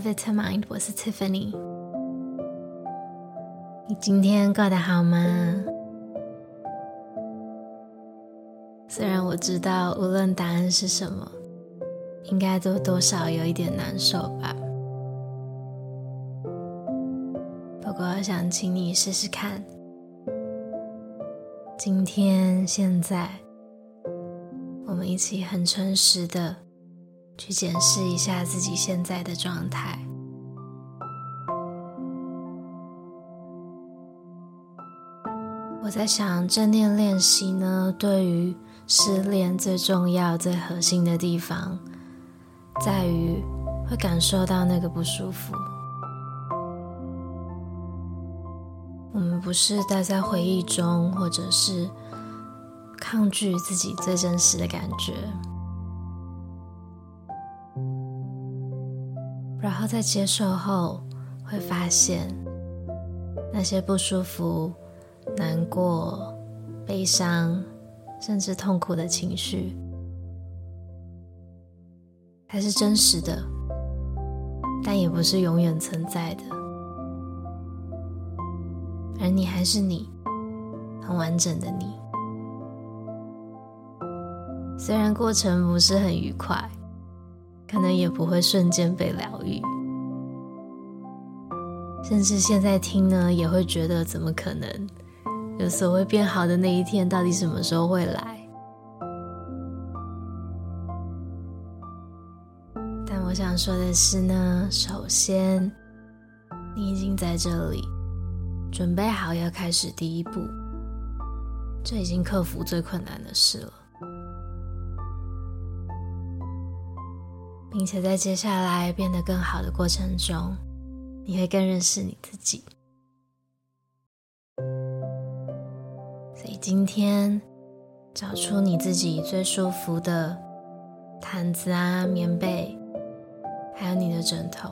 Vitamin， 我是 Tiffany。 你今天过得好吗？虽然我知道无论答案是什么，应该都多少有一点难受吧。不过想请你试试看，今天现在我们一起很诚实的去检视一下自己现在的状态。我在想，正念练习呢，对于失恋最重要最核心的地方在于会感受到那个不舒服。我们不是待在回忆中，或者是抗拒自己最真实的感觉，然后在接受后会发现那些不舒服、难过、悲伤甚至痛苦的情绪还是真实的，但也不是永远存在的。而你还是你，很完整的你。虽然过程不是很愉快，可能也不会瞬间被疗愈，甚至现在听呢，也会觉得怎么可能？有所谓变好的那一天，到底什么时候会来？但我想说的是呢，首先，你已经在这里，准备好要开始第一步，这已经克服最困难的事了，并且在接下来变得更好的过程中，你会更认识你自己。所以今天找出你自己最舒服的毯子啊、棉被，还有你的枕头，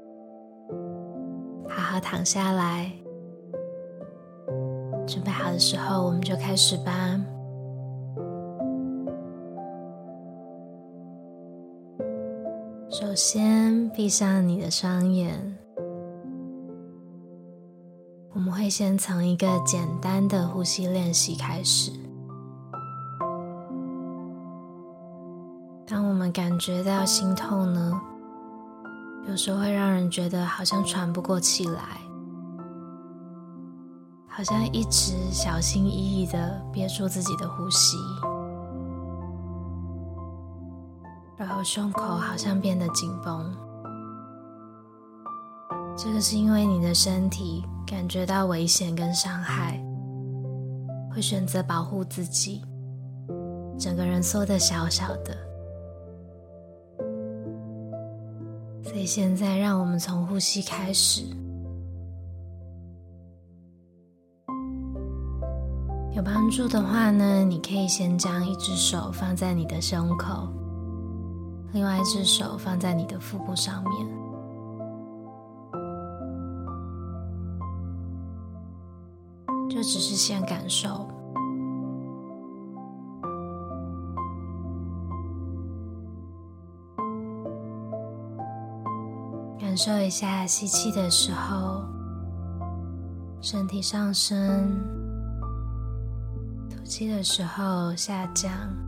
好好躺下来。准备好的时候，我们就开始吧。首先，闭上你的双眼。我们会先从一个简单的呼吸练习开始。当我们感觉到心痛呢，有时候会让人觉得好像喘不过气来，好像一直小心翼翼地憋住自己的呼吸，然后胸口好像变得紧绷。这个是因为你的身体感觉到危险跟伤害，会选择保护自己，整个人缩得小小的。所以现在让我们从呼吸开始。有帮助的话呢，你可以先将一只手放在你的胸口，另外一只手放在你的腹部上面。就只是先感受，感受一下吸气的时候身体上升，吐气的时候下降。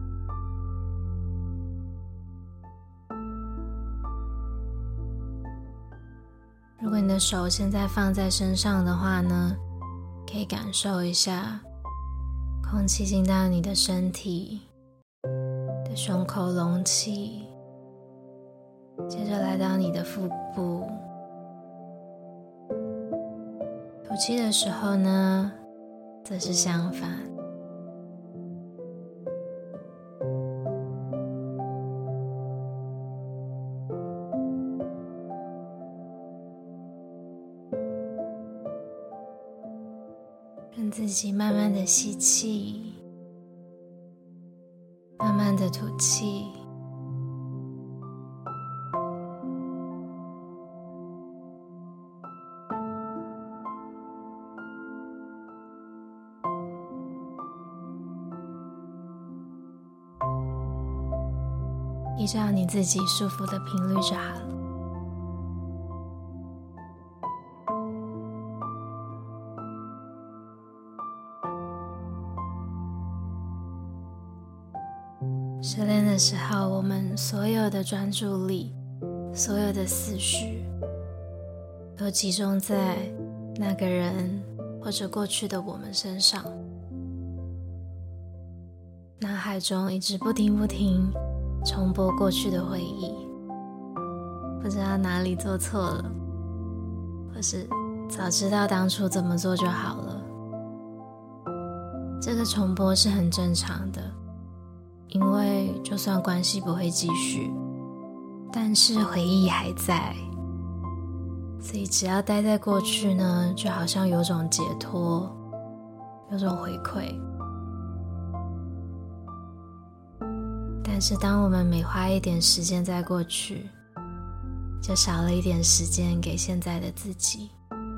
如果你的手现在放在身上的话呢，可以感受一下空气进到你的身体的胸口隆起，接着来到你的腹部。吐气的时候呢，则是相反。让自己慢慢的吸气，慢慢的吐气。依照你自己舒服的频率就好了。 失恋的时候，我们所有的专注力，所有的思绪都集中在那个人或者过去的我们身上，脑海中一直不停重播过去的回忆，不知道哪里做错了，或是早知道当初怎么做就好了。这个重播是很正常的，因为就算关系不会继续，但是回忆还在，所以只要待在过去呢，就好像有种解脱，有种回馈。但是当我们每花一点时间在过去，就少了一点时间给现在的自己。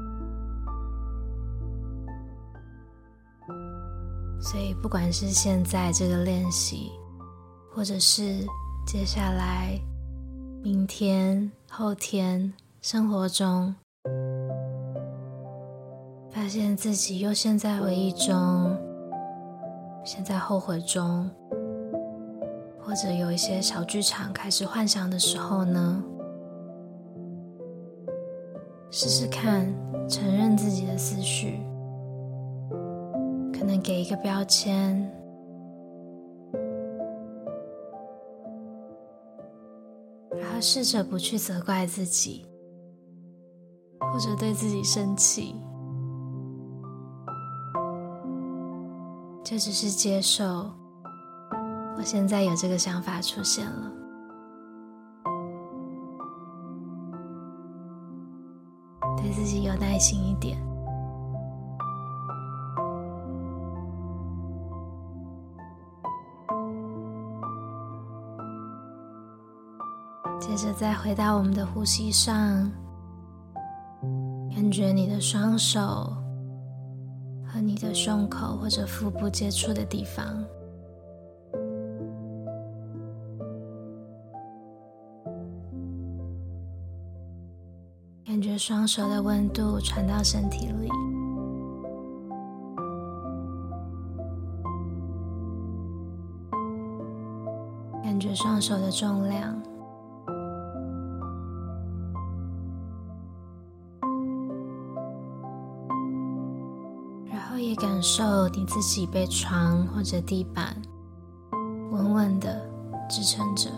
所以不管是现在这个练习，或者是接下来明天后天生活中，发现自己又陷在回忆中，陷在后悔中，或者有一些小剧场开始幻想的时候呢，试试看承认自己的思绪，可能给一个标签，然后试着不去责怪自己，或者对自己生气，就只是接受我现在有这个想法出现了。对自己有耐心一点。接着再回到我们的呼吸上，感觉你的双手和你的胸口或者腹部接触的地方，感觉双手的温度传到身体里，感觉双手的重量，然后也感受你自己被床或者地板稳稳地支撑着。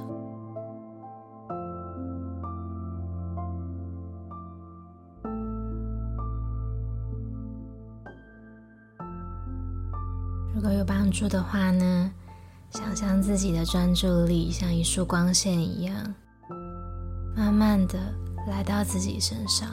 如果有帮助的话呢，想象自己的专注力像一束光线一样，慢慢地来到自己身上。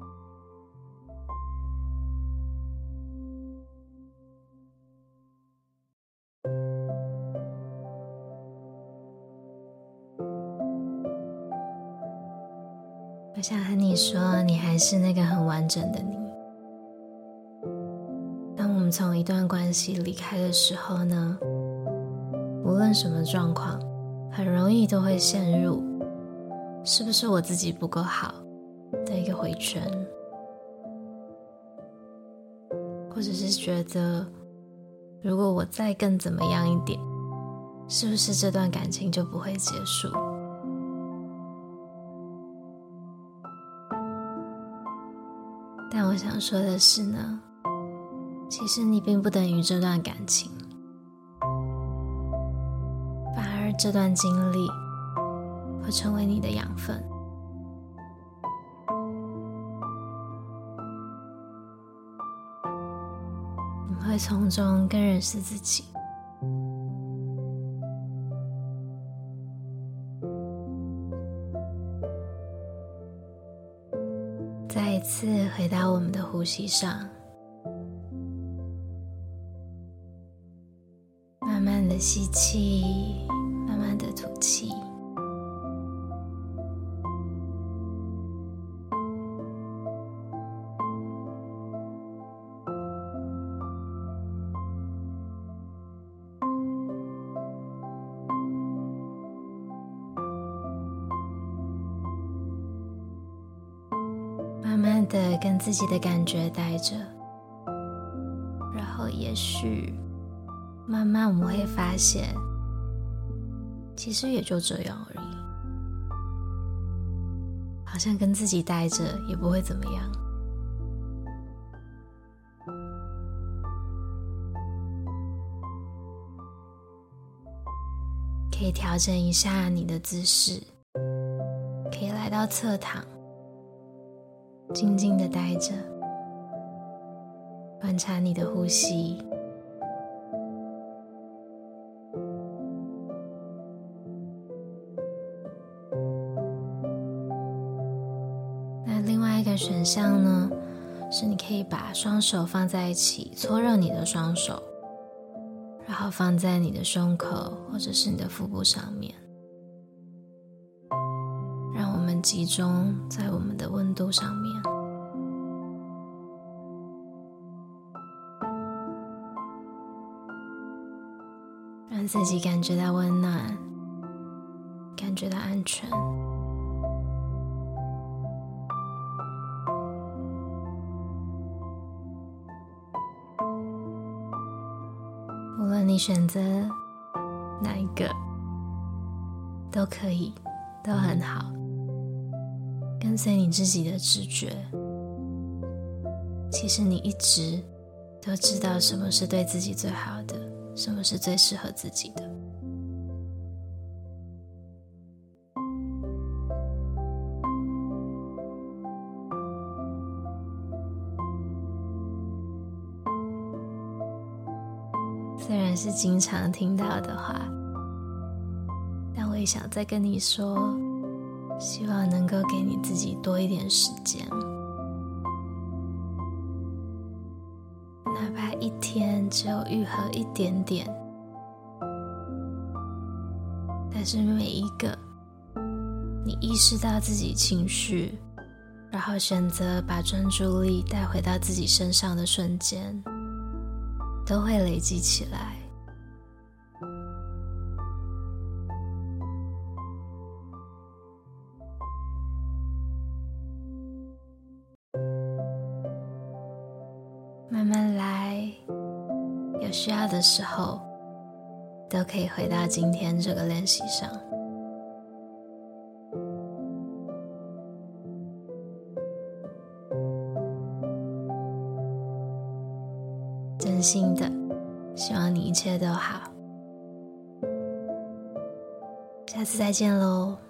我想和你说，你还是那个很完整的你。当我们从一段关系离开的时候呢，无论什么状况，很容易都会陷入是不是我自己不够好的一个回圈，或者是觉得如果我再更怎么样一点，是不是这段感情就不会结束。但我想说的是呢，其实你并不等于这段感情，反而这段经历会成为你的养分。你会从中更认识自己。再一次回到我们的呼吸上，慢慢的吸气，慢慢的吐气。慢慢的跟自己的感觉待着，然后也许慢慢我们会发现其实也就这样而已，好像跟自己待着也不会怎么样。可以调整一下你的姿势，可以来到侧躺，静静地待着，观察你的呼吸。那另外一个选项呢，是你可以把双手放在一起，搓热你的双手，然后放在你的胸口或者是你的腹部上面，让我们集中在我们的温度上面。让自己感觉到温暖，感觉到安全。无论你选择哪一个都可以，都很好，跟随你自己的直觉。其实你一直都知道什么是对自己最好的，什么是最适合自己的。虽然是经常听到的话，但我也想再跟你说，希望能够给你自己多一点时间，哪怕一天只有愈合一点点，但是每一个你意识到自己情绪，然后选择把专注力带回到自己身上的瞬间，都会累积起来。慢慢来，有需要的时候都可以回到今天这个练习上。真心的希望你一切都好，下次再见咯。